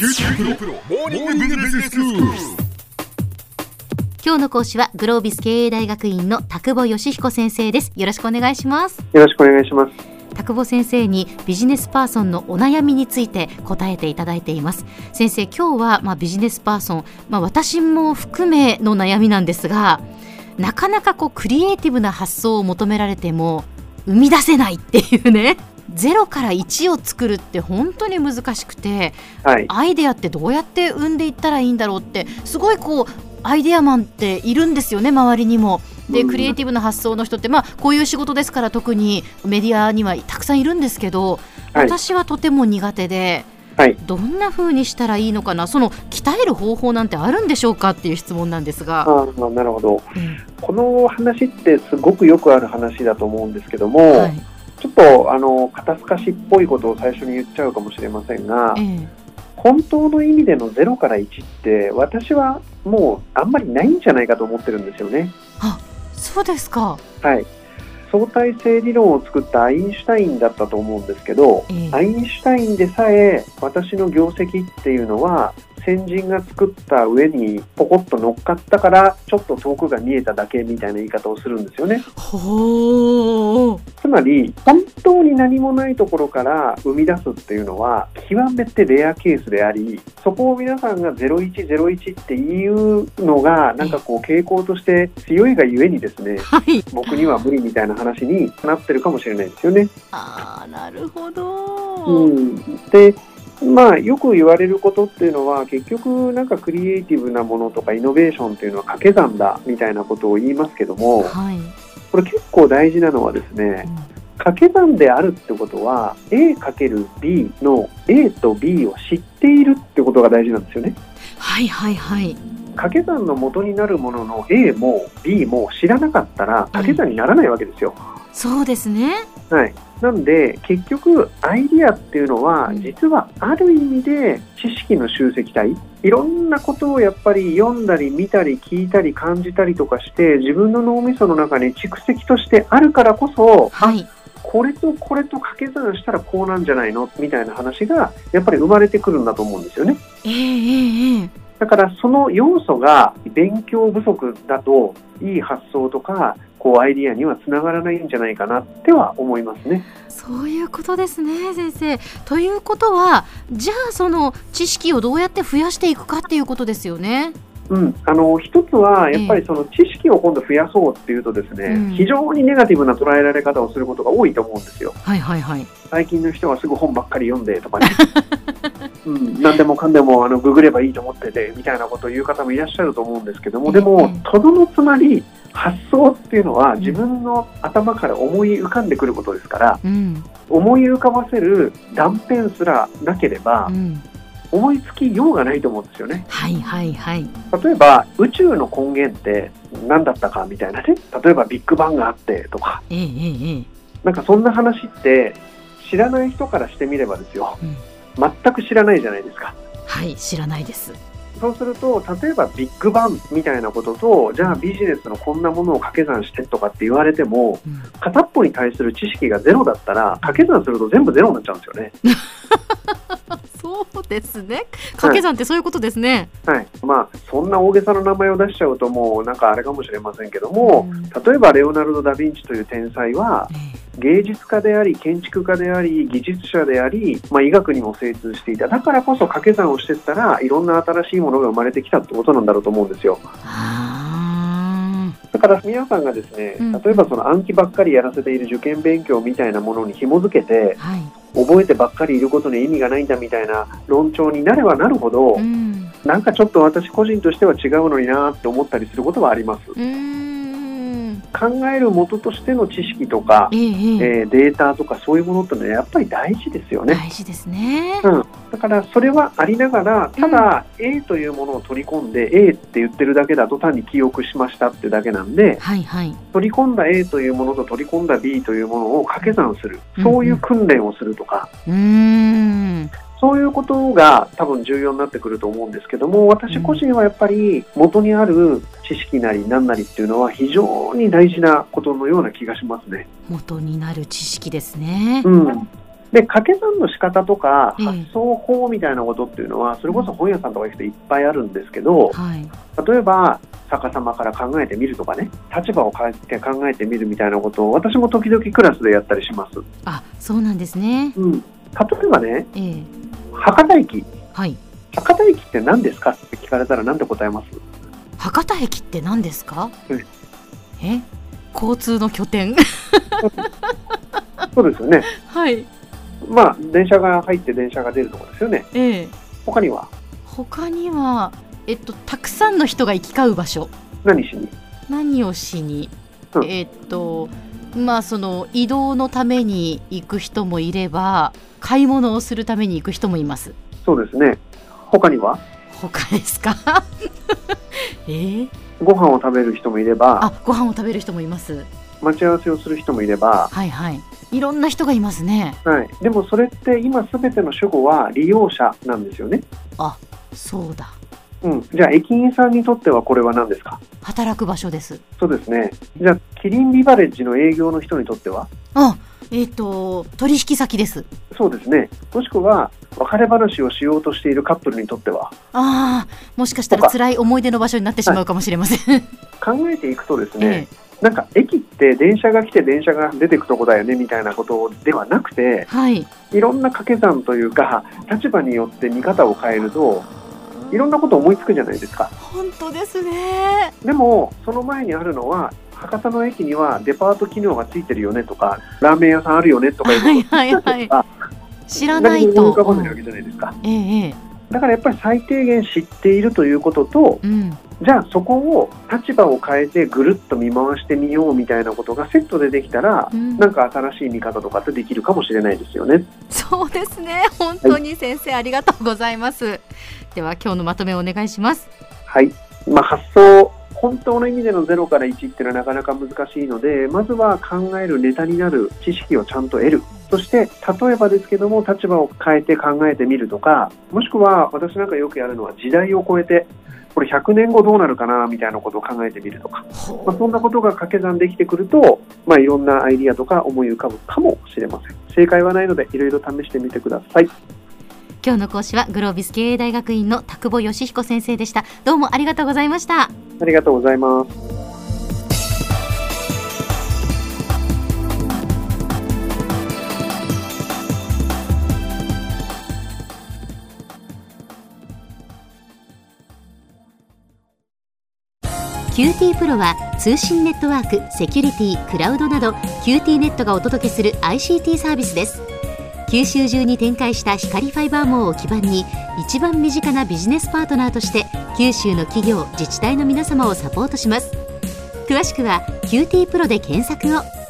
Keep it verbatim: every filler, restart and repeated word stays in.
キューティープロモーニングビジネススクール。 今日の講師はグロービス経営大学院の田久保義彦先生です。よろしくお願いします。 よろしくお願いします。 田久保先生にビジネスパーソンのお悩みについて答えていただいています。先生、今日はまあビジネスパーソン、まあ、私も含めの悩みなんですが、なかなかこうクリエイティブな発想を求められても生み出せないっていうね、ゼロからいちを作るって本当に難しくて、はい、アイデアってどうやって生んでいったらいいんだろうって、すごいこうアイデアマンっているんですよね、周りにも。でクリエイティブな発想の人って、まあ、こういう仕事ですから特にメディアにはたくさんいるんですけど、はい、私はとても苦手で、はい、どんな風にしたらいいのかな、その鍛える方法なんてあるんでしょうかっていう質問なんですが。 ああ、なるほど、うん、この話ってすごくよくある話だと思うんですけども、はい、ちょっとあの肩透かしっぽいことを最初に言っちゃうかもしれませんが、ええ、本当の意味でのゼロからいちって私はもうあんまりないんじゃないかと思ってるんですよね。 あ、そうですか。 はい、相対性理論を作ったアインシュタインだったと思うんですけど、えー、アインシュタインでさえ私の業績っていうのは先人が作った上にポコッと乗っかったからちょっと遠くが見えただけみたいな言い方をするんですよね。 ほー。 つまり本当に何もないところから生み出すっていうのは極めてレアケースであり、そこを皆さんがゼロいちゼロいちっていうのがなんかこう傾向として強いがゆえにですね、はい、僕には無理みたいな話になってるかもしれないですよね。 あー、なるほど、 うん、でまあ、よく言われることっていうのは結局なんかクリエイティブなものとかイノベーションっていうのは掛け算だみたいなことを言いますけども、はい、これ結構大事なのはですね、うん、掛け算であるってことは エーかけるビー の A と B を知っているってことが大事なんですよね。 はいはいはい。 掛け算の元になるものの A も B も知らなかったら掛け算にならないわけですよ、 うん、そうですね。 はい、なんで結局アイディアっていうのは実はある意味で知識の集積体、いろんなことをやっぱり読んだり見たり聞いたり感じたりとかして自分の脳みその中に蓄積としてあるからこそ、はい、これとこれと掛け算したらこうなんじゃないのみたいな話がやっぱり生まれてくるんだと思うんですよね。 えーえー、 だからその要素が勉強不足だといい発想とかこうアイディアにはつながらないんじゃないかなっては思いますね。 そういうことですね、先生。ということはじゃあその知識をどうやって増やしていくかっていうことですよね。 うん、あの一つはやっぱりその知識を今度増やそうっていうとですね、えー、非常にネガティブな捉えられ方をすることが多いと思うんですよ。 はいはいはい。 最近の人はすぐ本ばっかり読んでとかね、うん、何でもかんでもあのググればいいと思っててみたいなことを言う方もいらっしゃると思うんですけども、えー、でもとどのつまり発想っていうのは自分の頭から思い浮かんでくることですから、うん、思い浮かばせる断片すらなければ、うん、思いつきようがないと思うんですよね。 はいはいはい。 例えば宇宙の根源って何だったかみたいなね、例えばビッグバンがあってとか、えーえー、なんかそんな話って知らない人からしてみればですよ、うん、全く知らないじゃないですか。 はい、知らないです。 そうすると例えばビッグバンみたいなこととじゃあビジネスのこんなものを掛け算してとかって言われても、うん、片っぽに対する知識がゼロだったら掛け算すると全部ゼロになっちゃうんですよね。 そうですね、掛け算ってそういうことですね。 はい、はい、まあそんな大げさな名前を出しちゃうともうなんかあれかもしれませんけども、うん、例えばレオナルド・ダ・ヴィンチという天才は、えー、芸術家であり建築家であり技術者であり、まあ、医学にも精通していた。だからこそ掛け算をしていったらいろんな新しいものが生まれてきたってことなんだろうと思うんですよ。だから皆さんがですね、例えばその暗記ばっかりやらせている受験勉強みたいなものに紐づけて、はい、覚えてばっかりいることに意味がないんだみたいな論調になればなるほど、うん、なんかちょっと私個人としては違うのになって思ったりすることはあります。うーん、考える元としての知識とか、えーえー、データとかそういうものってのはやっぱり大事ですよね。 大事ですね、 うん、だからそれはありながらただ、うん、A というものを取り込んで A って言ってるだけだと単に記憶しましたってだけなんで、はいはい、取り込んだ A というものと取り込んだ B というものを掛け算する、うん、そういう訓練をするとか、うん、うーん、そういうことが多分重要になってくると思うんですけども、私個人はやっぱり元にある知識なり何なりっていうのは非常に大事なことのような気がしますね。 元になる知識ですね、 うん、 で掛け算の仕方とか発想法みたいなことっていうのは、それこそ本屋さんとか行くといっぱいあるんですけど、はい、例えば逆さまから考えてみるとかね、立場を変えて考えてみるみたいなことを私も時々クラスでやったりします。 あ、そうなんですね。 うん、例えばね、えー、博多駅、はい、博多駅って何ですかって聞かれたら何て答えます？ 博多駅って何ですか？ うん、 え交通の拠点そうですよね。 はい。 まあ電車が入って電車が出るところですよね。ええ。他には？ 他にはえっとたくさんの人が行き交う場所。 何しに？ 何をしに？うん、えっとまあその移動のために行く人もいれば、買い物をするために行く人もいます。 そうですね。他には？ 他ですか？えー、 ご飯を食べる人もいれば、 あ、ご飯を食べる人もいます。 待ち合わせをする人もいれば、 はいはい、いろんな人がいますね。 はい、でもそれって今すべての主語は利用者なんですよね。 あ、そうだ。 うん、じゃあ駅員さんにとってはこれは何ですか？ 働く場所です。 そうですね。じゃあキリンビバレッジの営業の人にとっては？ あ、えーと、取引先です。 そうですね。もしくは別れ話をしようとしているカップルにとっては？ ああ、もしかしたら辛い思い出の場所になってしまうかもしれません、はい、 考えていくとですね、えー、なんか駅って電車が来て電車が出てくとこだよねみたいなことではなくて、はい、いろんな掛け算というか立場によって見方を変えるといろんなこと思いつくじゃないですか。 本当ですね。 でもその前にあるのは、博多の駅にはデパート機能がついてるよねとか、ラーメン屋さんあるよねとかいうことを、はいはいはい、 知らないと何も思い浮かばないわけじゃないですか、 うんええ、 だからやっぱり最低限知っているということと、うん、じゃあそこを立場を変えてぐるっと見回してみようみたいなことがセットでできたら、うん、なんか新しい見方とかってできるかもしれないですよね。 そうですね。本当に先生、はい、ありがとうございます。では今日のまとめをお願いします。 はい、まあ、発想本当の意味でのゼロからいちっていうのはなかなか難しいので、まずは考えるネタになる知識をちゃんと得る。そして例えばですけども立場を変えて考えてみるとか、もしくは私なんかよくやるのは時代を超えてこれひゃくねんごどうなるかなみたいなことを考えてみるとか、まあ、そんなことが掛け算できてくると、まあ、いろんなアイディアとか思い浮かぶかもしれません。正解はないのでいろいろ試してみてください。 今日の講師はグロービス経営大学院の田久保義彦先生でした。どうもありがとうございました。 ありがとうございます。 キューティー プロは通信ネットワーク、セキュリティ、クラウドなど キューティー ネットがお届けする アイシーティー サービスです。九州中に展開した光ファイバー網を基盤に一番身近なビジネスパートナーとして九州の企業、自治体の皆様をサポートします。詳しくは キューティー プロで検索を。